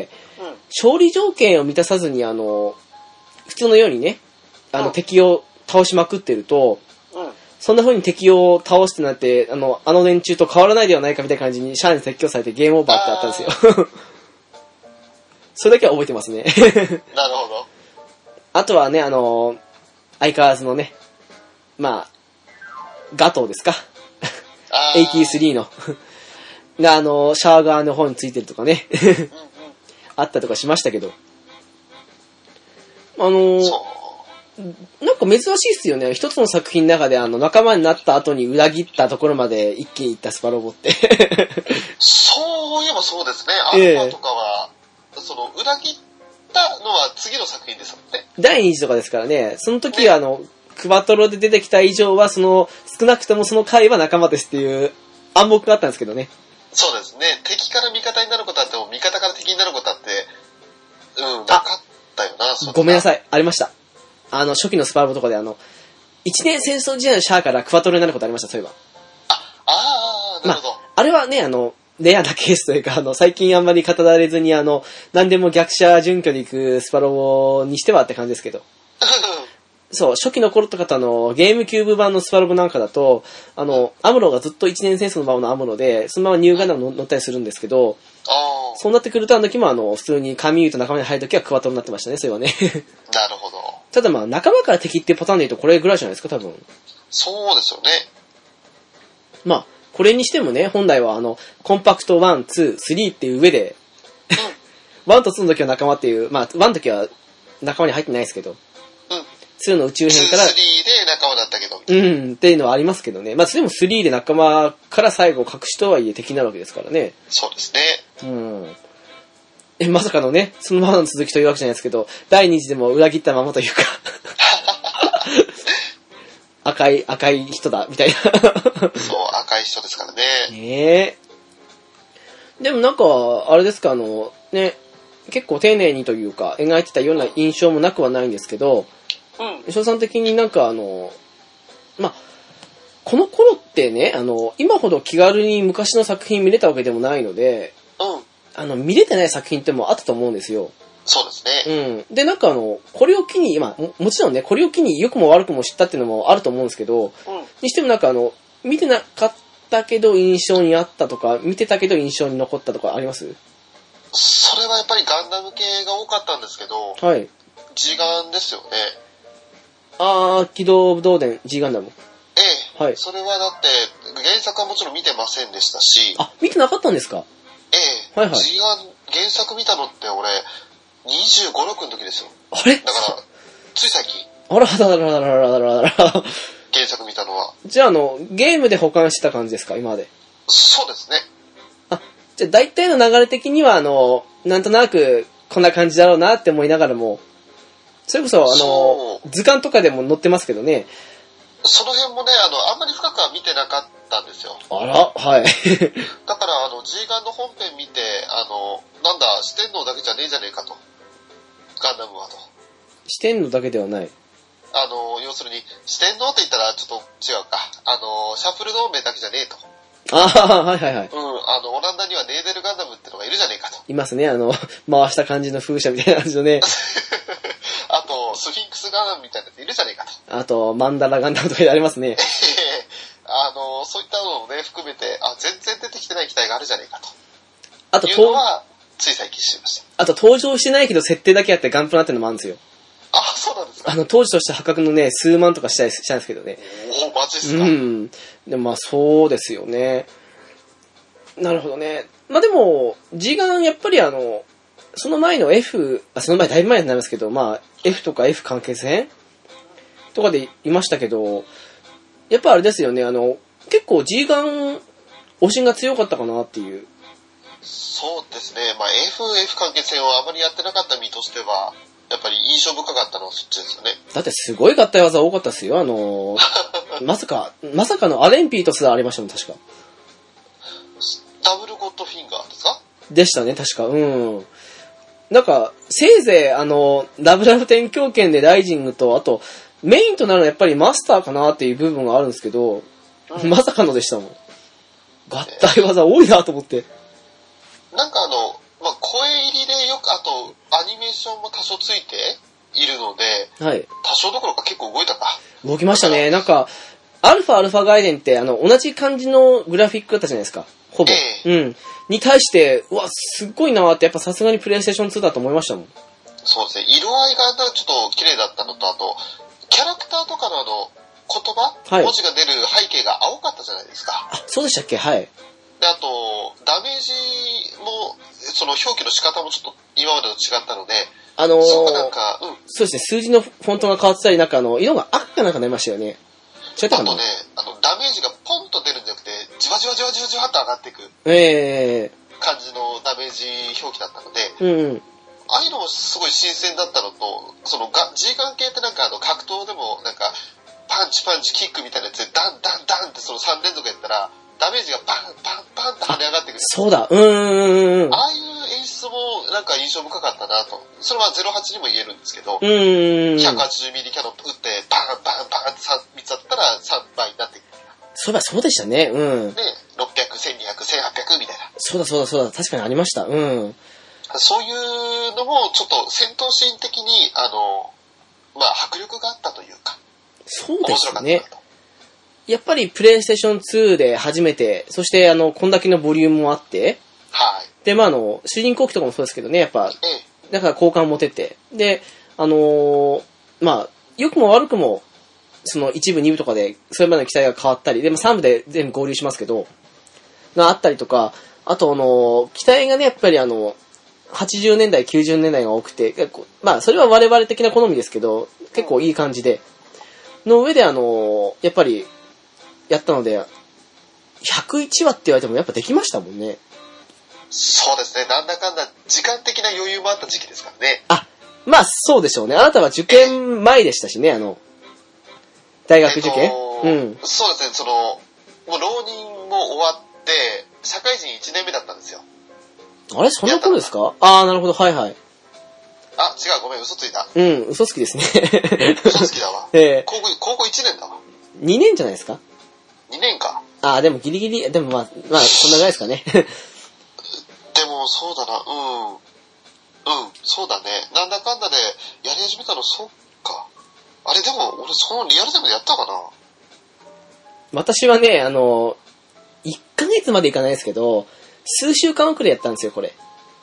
A: うん、勝利条件を満たさずに、あの、普通のようにね、あの、うん、敵を倒しまくってると、うん、そんな風に敵を倒してなって、あの、あの連中と変わらないではないかみたいな感じにシャアに説教されてゲームオーバーってあったんですよ。それだけは覚えてますね。
B: なるほど。
A: あとはね、あの、相変わらずのね、まあ、ガトーですか。エイティースリー の。が、あの、シャワー側の方についてるとかね。うんうん、あったとかしましたけど。あの、なんか珍しいっすよね。一つの作品の中であの仲間になった後に裏切ったところまで一気に行ったスパロボって。
B: そういえばそうですね。アルファとかは、えー、その裏切ったのは次の作品ですもんね。
A: だいに次とかですからね。その時はあの、ね、クバトロで出てきた以上は、その、少なくともその回は仲間ですっていう暗黙があったんですけどね。
B: そうですね。敵から味方になることあっても、味方から敵になることあって、うん、なかったよな、そ
A: ごめんなさい、ありました。あの、初期のスパロボとかであの、一年戦争時代のシャアからクワトロになることありました、そういえば。
B: あ、ああ、なるほど。
A: まあ、あれはね、あの、レアなケースというか、あの、最近あんまり語られずに、あの、何でも逆者準拠で行くスパロボにしてはって感じですけど。そう、初期の頃とかとあの、ゲームキューブ版のスパロボなんかだと、あの、アムロがずっと一年戦争のままのアムロで、そのままニューガンダム乗ったりするんですけど、そうなってくるとあの時もあの、普通に神優と仲間に入るときはクワトロになってましたね、それはね。
B: なるほど。
A: ただまあ、仲間から敵っていうパターンで言うとこれぐらいじゃないですか、多分。
B: そうですよね。
A: まあ、これにしてもね、本来はあの、コンパクトワン、ツー、スリーっていう上で、うん、ワンとツーの時は仲間っていう、まあ、ワンの時は仲間に入ってないですけど、うん、ツーの宇宙編から、
B: スリーで仲間だったけど、
A: うん、っていうのはありますけどね。まあ、それもスリーで仲間から最後隠しとはいえ敵になるわけですからね。
B: そうですね。
A: うん。え、まさかのね、そのままの続きというわけじゃないですけど、第二次でも裏切ったままというか、赤い、赤い人だ、みたいな。
B: そう、赤い人ですからね。
A: ねえ。でもなんか、あれですか、あの、ね、結構丁寧にというか、描いてたような印象もなくはないんですけど、うん。翔さん的になんかあの、まあ、この頃ってね、あの、今ほど気軽に昔の作品見れたわけでもないので、うん。あの、見れてない作品ってもあったと思うんですよ。
B: そうですね。
A: うん。で、なんかあの、これを機に、まあ、も、もちろんね、これを機に良くも悪くも知ったっていうのもあると思うんですけど、うん。にしてもなんかあの、見てなかったけど印象にあったとか、見てたけど印象に残ったとかあります？
B: それはやっぱりガンダム系が多かったんですけど、
A: はい。
B: G ガンですよね。
A: あー、機動武道伝 G ガンダム。
B: ええ。はい。それはだって、原作はもちろん見てませんでしたし。
A: あ、見てなかったんですか？
B: ええ。はいはい。G ガン、原作見たのって俺、にじゅうご、ろくの時ですよ。
A: あれ？
B: だから、つい最近。
A: あらららららららら。
B: 原作見たのは。
A: じゃあ、あの、ゲームで保管してた感じですか、今まで。
B: そうですね。
A: あ、じゃあ大体の流れ的には、あの、なんとなく、こんな感じだろうなって思いながらも、それこそ、あの、図鑑とかでも載ってますけどね。
B: その辺もね、あの、あんまり深くは見てなかったんですよ。
A: あら、はい。
B: だから、あの、G ガンの本編見て、あの、なんだ、四天王だけじゃねえじゃねえかと。ガンダムはと。
A: 四天王だけではない。
B: あの、要するに、四天王って言ったらちょっと違うか。あの、シャッフル同盟だけじゃねえと。
A: ああ、はいはいはい。
B: うん、あの、オランダにはネーデルガンダムってのがいるじゃねえかと。
A: いますね、あの、回した感じの風車みたいな感じのね。
B: あと、スフィンクスガンダムみたいなやついるじゃねえかと。
A: あと、マンダラガンダムとかありますね。
B: あの、そういったのをね、含めて、あ、全然出てきてない機体があるじゃねえかと。
A: あと、
B: いうのは、つい最近知りました。
A: あと、登場してないけど、設定だけあってガンプラってのもあるんですよ。
B: あ、そうなんですか。
A: あの、当時として破格のね、数万とかしたりしたんですけどね。
B: おお、マジっすか。
A: うん。でもまあ、そうですよね。なるほどね。まあでも、G ガンやっぱりあの、その前の F、あ、その前だいぶ前になりますけど、まあ、F とか F 完結編とかでいましたけど、やっぱあれですよね、あの、結構 G ガン推しが強かったかなっていう。
B: そうですね。まあ F、F 完結編をあまりやってなかった身としては、やっぱり印象深かったのはそっちですよね。
A: だってすごい合体技多かったですよ。あの、まさか、まさかのアレンピーとすらありましたもん、確か。
B: ダブルゴッドフィンガーですか？
A: でしたね、確か。うん。なんか、せいぜい、あの、ラブラブ転教圏でライジングと、あと、メインとなるのはやっぱりマスターかなっていう部分があるんですけど、うん、まさかのでしたもん。 合体技多いなと思って。
B: なんかあの、まあ、声入りでよく、あと、アニメーションも多少ついているので、
A: はい。
B: 多少どころか結構動いたか。
A: 動きましたね。なんか、アルファアルファガイデンって、あの、同じ感じのグラフィックだったじゃないですか。ほぼ。えー、うん。に対して、うわ、すっごいなーって、やっぱさすがにプレイステーションツーだと思いましたもん。
B: そうですね。色合いがちょっと綺麗だったのと、あと、キャラクターとかのあの、言葉、はい、文字が出る背景が青かったじゃないですか。
A: あ、そうでしたっけ？はい。
B: で、あと、ダメージも、その表記の仕方もちょっと今までと違ったので、
A: あのー、
B: そうなんか、うん。
A: そうですね、数字のフォントが変わってたり、なんかあの、色が赤かなんかなりましたよね。
B: 違ったかな？あとね、あの、ダメージがポンと出るんじゃなくて、じわじわじわじわじわっと上がっていく。ええー。感じのダメージ表記だったので、うんうん。ああいうのもすごい新鮮だったのと、そのが G ガン系ってなんかあの格闘でもなんかパンチパンチキックみたいなやつでダンダンダンってそのさん連続やったらダメージがバンバンバンって跳ね上がってくる。
A: そうだ、うーん。
B: ああいう演出もなんか印象深かったなと。それはゼロはちにも言えるんですけど、
A: うん。
B: ひゃくはちじゅうミリキャノン打ってバンバンバンってみっつあったらさんばいになってくる。
A: そういえばそうでしたね、うん。
B: で、ろっぴゃく、せんにひゃく、せんはっぴゃくみたいな。
A: そうだそうだそうだ、確かにありました。うん。
B: そういうのもちょっと戦闘シーン的に、あの、まあ迫力があったというか。
A: そうですね。やっぱりプレイステーションツーで初めて、そしてあの、こんだけのボリュームもあって、はい。で、まああの、主人公機とかもそうですけどね、やっぱ、ええ、だから好感持てて、で、あのー、まあ、良くも悪くも、その一部二部とかで、それまでの機体が変わったり、でも三部で全部合流しますけど、があったりとか、あとあの、機体がね、やっぱりあの、はちじゅうねんだい、きゅうじゅうねんだいが多くて、結構まあ、それは我々的な好みですけど、結構いい感じで、の上であの、やっぱり、やったので、ひゃくいちわって言われてもやっぱできましたもんね。
B: そうですね、なんだかんだ、時間的な余裕もあった時期ですからね。
A: あ、まあそうでしょうね。あなたは受験前でしたしね、あの、大学受験、えっと、
B: うん。そうですね、その、もう浪人も終わって、社会人いちねんめだったんですよ。
A: あれそんな頃ですか？ああ、なるほど、はいはい。
B: あ、違う、ごめん、嘘ついた。
A: うん、嘘つきですね。
B: 嘘つきだわ。ええー、高校、高校いちねんだわ。
A: にねんじゃないですか？
B: にねんか。
A: ああ、でもギリギリ、でもまあ、まあ、そんなぐらいですかね。
B: でも、そうだな、うん。うん、そうだね。なんだかんだでやり始めたの、そっか。あれでも、俺そのリアルタイムでやったかな？
A: 私はね、あの、いっかげつまでいかないですけど、数週間遅れやったんですよ、これ。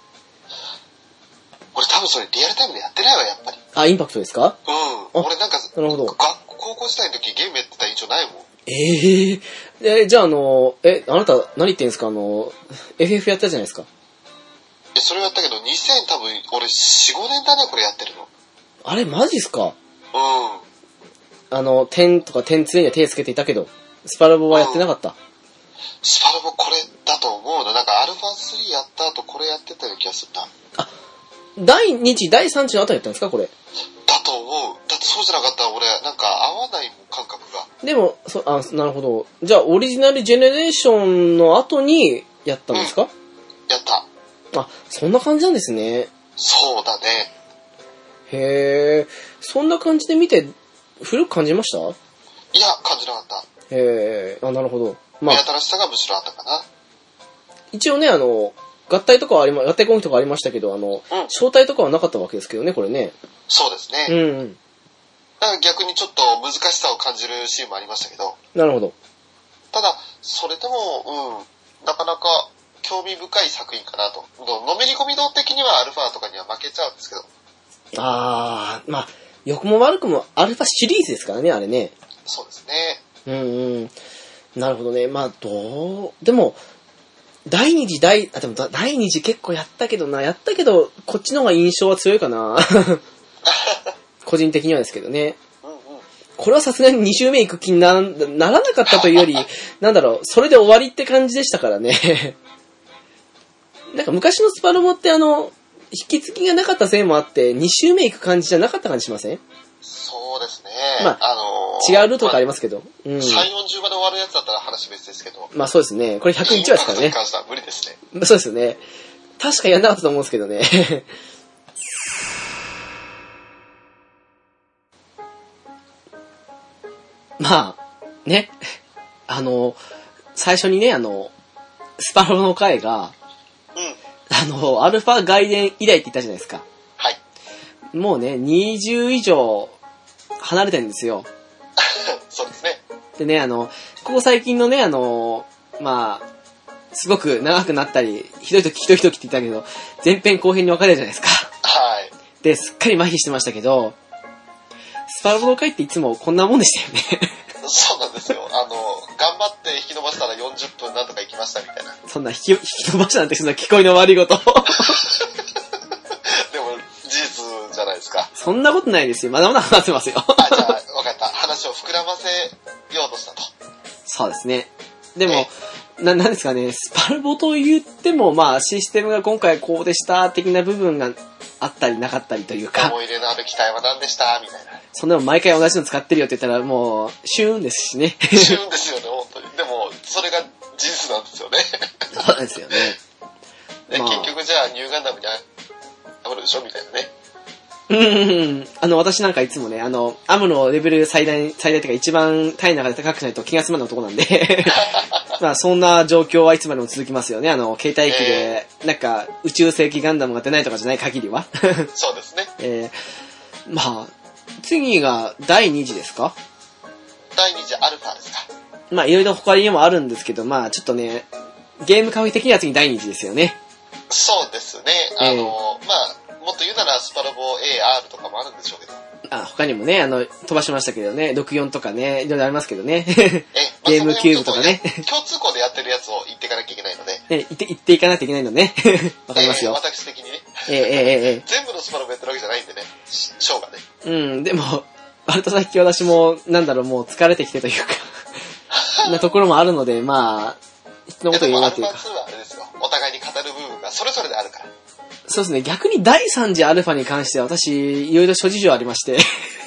B: 俺多分それリアルタイムでやってないわ、やっぱり。
A: あ、インパクトですか？
B: うん。俺なんか、
A: なるほど。
B: 学高校時代の時ゲームやってた印象ないもん。
A: ええー。え、じゃああの、え、あなた何言ってんですか？あの、エフエフ やったじゃないですか。
B: え、それやったけど、にせん多分、俺よん、ごねんだね、これやってるの。
A: あれ、マジっすか？
B: うん。
A: あの、じゅうとかじゅうにには手つけていたけど、スパラボはやってなかった。うん、
B: スパラボこれだと思うの。なんかアルファスリーやった後これやってたような気がするな。
A: あ、だいに次、だいさん次の後やったんですか、これ。
B: だと思う。だってそうじゃなかったら俺、なんか合わないもん、感覚が。
A: でも、そあ、なるほど。じゃあ、オリジナルジェネレーションの後にやったんですか？うん、
B: やった。
A: あ、そんな感じなんですね。
B: そうだね。
A: へえ、そんな感じで見て、古く感じました？
B: いや、感じなかった。
A: へえ、あ、なるほど。
B: まあ、新しさがむしろあったかな。
A: 一応ね、あの、合体とかはありま、合体攻撃とかありましたけど、あの、うん、招待とかはなかったわけですけどね、これね。
B: そうですね。
A: うんうん。
B: だから逆にちょっと難しさを感じるシーンもありましたけど。
A: なるほど。
B: ただ、それでも、うん、なかなか興味深い作品かなと。のめり込み度的にはアルファとかには負けちゃうんですけど。
A: あー、まあ、良くも悪くもアルファシリーズですからね、あれね。
B: そうですね。
A: うんうん。なるほどね。まあ、どう、でも、第二次、第、あ、でも第二次結構やったけどな、やったけど、こっちの方が印象は強いかな。個人的にはですけどね。
B: うんうん、
A: これはさすがにに周目行く気にな、ならなかったというより、なんだろう、それで終わりって感じでしたからね。なんか昔のスパロボってあの、引き継ぎがなかったせいもあって、に周目行く感じじゃなかった感じしません？
B: そうですね。
A: まあ、あのー、違うルートがありますけど。
B: まあ、うん。さん、よんじゅうまで終わるやつだったら話別ですけど。
A: まあそうですね。これひゃくいちわですからね。
B: に関しては無理ですね。
A: そうですよね。確かやんなかったと思うんですけどね。まあ、ね。あの、最初にね、あの、 スパロボの回が、
B: うん。
A: あの、アルファ外伝以来って言ったじゃないですか。
B: はい。
A: もうね、にじゅう以上離れてるんですよ。
B: そうですね。
A: でね、あの、ここ最近のね、あの、まあ、すごく長くなったり、ひどい時ひどい時って言ったけど、前編後編に分かれるじゃないですか。
B: はい。
A: で、すっかり麻痺してましたけど、スパロボの回っていつもこんなもんでしたよね。
B: そうなんですよ。あの、頑張って引き伸ばしたらよんじゅっぷんなんとか行きましたみたいな。
A: そんな引き、引き伸ばしたなんてそんな聞こえの悪いこと。
B: でも、事実じゃないですか。
A: そんなことないですよ。まだまだ話せますよ。
B: あ、じゃあ、わかった。話を膨らませようとしたと。
A: そうですね。でも、な、なんですかね、スパルボと言っても、まあ、システムが今回こうでした的な部分があったりなかったりというか。
B: 思い入れのある機体は何でしたみたいな。
A: そんなの毎回同じの使ってるよって言ったら、もう、シューンですしね。
B: シューンですよね、本当に。でも、それが事実なんですよね。
A: そうですよね。
B: で、
A: まあ、
B: 結局じゃあ、ニューガンダムにあるでしょみたいなね。
A: うんうんうん。あの、私なんかいつもね、あの、アムのレベル最大、最大っていうか一番単位の中で高くないと気が済まない男なんで、まあそんな状況はいつまでも続きますよね。あの、携帯機で、なんか宇宙世紀ガンダムが出ないとかじゃない限りは。
B: そうですね。
A: えー、まあ、次がだいに次ですか？
B: だいに次アルファですか。
A: まあいろいろ他にもあるんですけど、まあちょっとね、ゲームカフェ的には次だいに次ですよね。
B: そうですね。あの、えー、まあ、もっと言うならスパロボ エーアール とかもあるんでしょうけど。
A: あ、他にもね、あの、飛ばしましたけどね、ろくじゅうよんとかね、いろいろありますけどね。え、まあ、ゲームキューブとかね。
B: 共通項でやってるやつを言っていかなきゃいけないので。
A: ね、言って、言っていかなきゃいけないのね。わかりますよ。
B: えー、私的にね。
A: えー、えー、えー、
B: 全部のスパロボやってるわけじゃないんでね、ショーがね。
A: うん、でも、割と最近私も、なんだろう、もう疲れてきてというか、なところもあるので、まあ、人のこと言えないというか。
B: アルファツーはあれですよ。お互いに語る部分がそれぞれであるから。
A: そうですね、逆にだいさん次アルファに関しては私、いろいろ諸事情ありまして。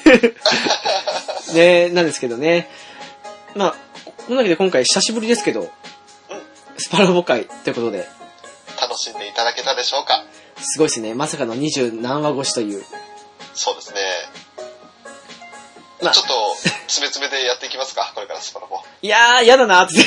A: ね、なんですけどね。まあ、こんなわけで今回久しぶりですけど、うん、スパロボ会ということで。
B: 楽しんでいただけたでしょうか。
A: すごいですね。まさかの二十何話越しという。
B: そうですね。まあ、ちょっと、詰め詰めでやっていきますか、これからスパロボ。
A: いやー、やだなーって。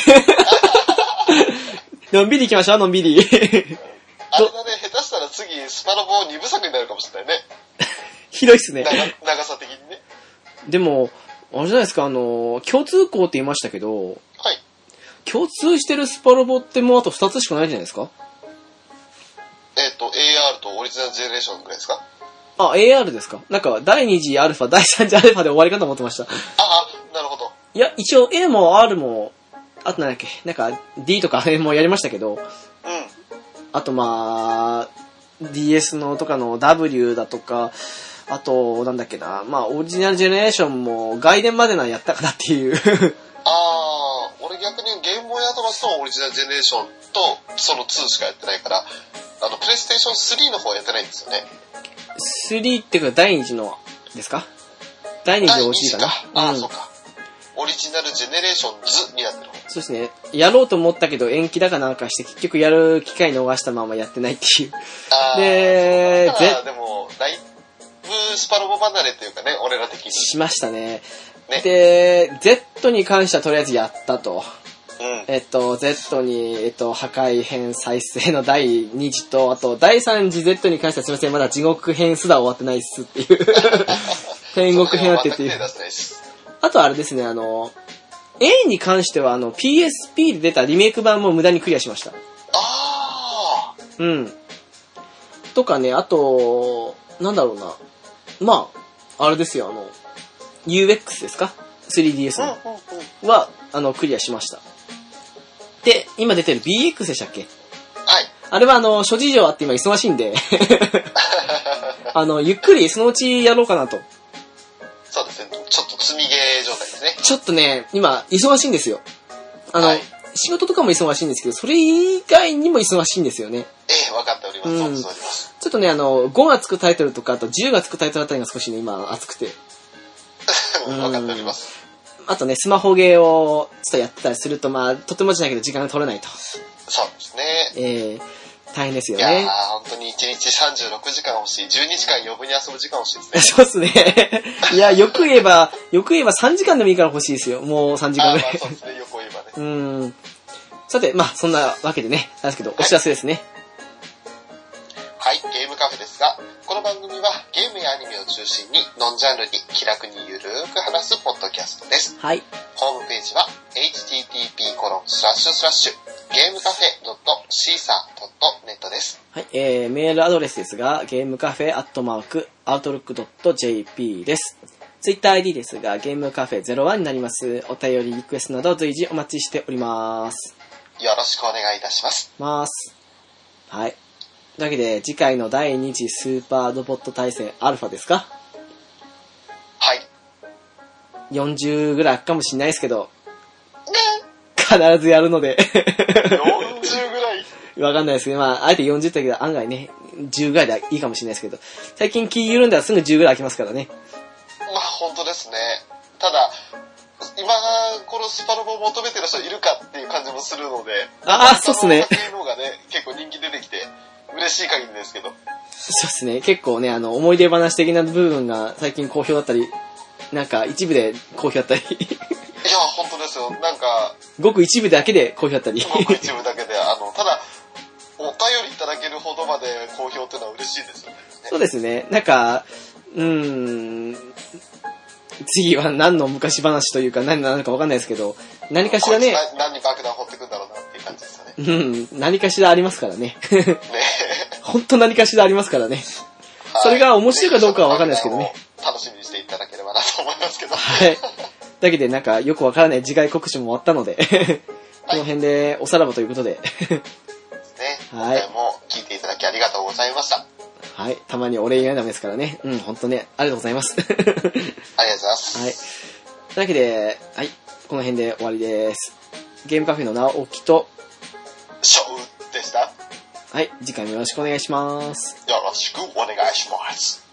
A: のんびり行きましょう、のんびり。
B: あれだね、下手したら次、スパロボに部作になるかもしれないね。
A: ひどいっすね。
B: 長, 長さ的にね。
A: でも、あれじゃないですか、あの、共通項って言いましたけど、
B: はい。
A: 共通してるスパロボってもうあとふたつしかないんじゃないですか？
B: えっ、ー、と、エーアール とオリジナルジェネレーションぐらいですか？
A: あ、エーアール ですか？なんか、だいに次アルファ、だいさん次アルファで終わりかと思ってました。あ
B: あ、なるほど。
A: いや、一応 A も R も、あとなんだっけ、なんか D とかあれもやりましたけど、うん。あとまあ、ディーエス のとかの W だとか、あと、なんだっけな、まあ、オリジナルジェネレーションも外伝までなんやったかなっていう。
B: あー、俺逆にゲームボーイアドバンスのオリジナルジェネレーションと、そのツーしかやってないから、あの、プレイステーションスリーの方はやってないんですよね。
A: スリーっていうか、だいに次の、ですか？だいに次 オージー かな。
B: ああ、うん、そうか。オリジナルジェネレーションズになってる方。
A: そうですね。やろうと思ったけど延期だかなんかして結局やる機会逃したままやってないっていう。
B: あ
A: で、
B: ぜでも、だいぶスパロボ離れっていうかね、俺ら的に。
A: しましたね。
B: ね
A: で、Z に関してはとりあえずやったと。
B: うん、
A: えっと、Z に、えっと、破壊編再生のだいに次と、あと、だいさん次 Z に関してはすいません、まだ地獄編すら終わってないっすっていう。天国編あってっていう。あとあれですね、あの、A に関してはあの、ピーエスピー で出たリメイク版も無駄にクリアしました。
B: あ
A: ー。うん。とかね、あと、なんだろうな。まあ、あれですよ、あの、ユーエックス ですか ?スリーディーエス の。は、あの、クリアしました。で、今出てる ビーエックス でしたっけ？
B: はい。
A: あれはあの、諸事情あって今忙しいんで、あの、ゆっくりそのうちやろうかなと。
B: そうですね。ちょっと積みゲー状態ですね。
A: ちょっとね、今、忙しいんですよ。あの、はい、仕事とかも忙しいんですけど、それ以外にも忙しいんですよね。
B: ええ、分かっております。うん、そうです。
A: ちょっとね、あの、ごがつくタイトルとか、あとじゅうがつくタイトルあたりが少しね、今、熱くて。
B: 分かっております。
A: あとね、スマホゲーをちょっとやってたりすると、まあ、とてもじゃないけど時間が取れないと。
B: そうですね。
A: ええー、大変ですよね。
B: いやー、本当にいちにちさんじゅうろくじかん欲しい。じゅうにじかん余分に遊ぶ時間欲しいですね。
A: そうですね。いや、よく言えば、よく言えばさんじかんでもいいから欲しいですよ。もうさんじかんぐらい。
B: あ、まあそうですね。よく言えばね。
A: うん。 さて、まあ、そんなわけでね、なんですけど、お知らせですね。
B: はい、ゲームカフェですが、この番組はゲームやアニメを中心にノンジャンルに気楽にゆるーく話すポッドキャストです。
A: はい。
B: ホームページは エイチティーティーピーコロンスラッシュスラッシュゲームカフェドットシーサードットネットです。
A: はい、えー、メールアドレスですが、ゲームカフェアットマークアウトルックドットジェーピー です。ツイッター アイディー ですが、ゲームカフェゼロワンになります。お便りリクエストなど随時お待ちしております。
B: よろしくお願いいたします。
A: ます。はい。というわけで、次回のだいに次スーパーロボット対戦アルファですか？
B: はい。
A: よんじゅうぐらいかもしれないですけど、必ずやるので。
B: よんじゅうぐらい
A: わかんないですけど、まあ、あえてよんじゅうって言ったけど、案外ね、じゅうぐらいでいいかもしれないですけど、最近気緩んだらすぐじゅうぐらい空きますからね。
B: まあ、本当ですね。ただ、今、このスパロボを求めてる人いるかっていう感じもするので、
A: ああ、そうっすね。
B: っていうのがね、結構人気出てきて、嬉しい限りですけど。
A: そうっすね。結構ね、あの、思い出話的な部分が最近好評だったり、なんか一部で好評だったり。
B: いや、本当ですよ。なんか、
A: ごく一部だけで好評だったり。
B: ごく一部だけで、あの、ただ、お便りいただけるほどまで好評っていうのは嬉しいですよね。
A: そうですね。なんか、うーん、次は何の昔話というか何なのかわかんないですけど、何かしらね、
B: 何に爆弾掘ってくんだろうなっていう感じですよね。
A: うん、何かしらありますからね。
B: ね
A: 本当何かしらありますからね。それが面白いかどうかはわかんないですけどね。
B: 楽しみにしていただければなと思いますけど。
A: はい。だけでなんかよくわからない次回告知も終わったので、この辺でおさらばということで。
B: ね、今回も聞いていただきありがとうございました。
A: はい。たまにお礼言わないですからね。うん、ほんとね、ありがとうございます。
B: ありがとうございます。
A: はい。というわけで、はい。この辺で終わりです。ゲームカフェの直樹と、
B: ショウでした。
A: はい。次回もよろしくお願いします。
B: よろしくお願いします。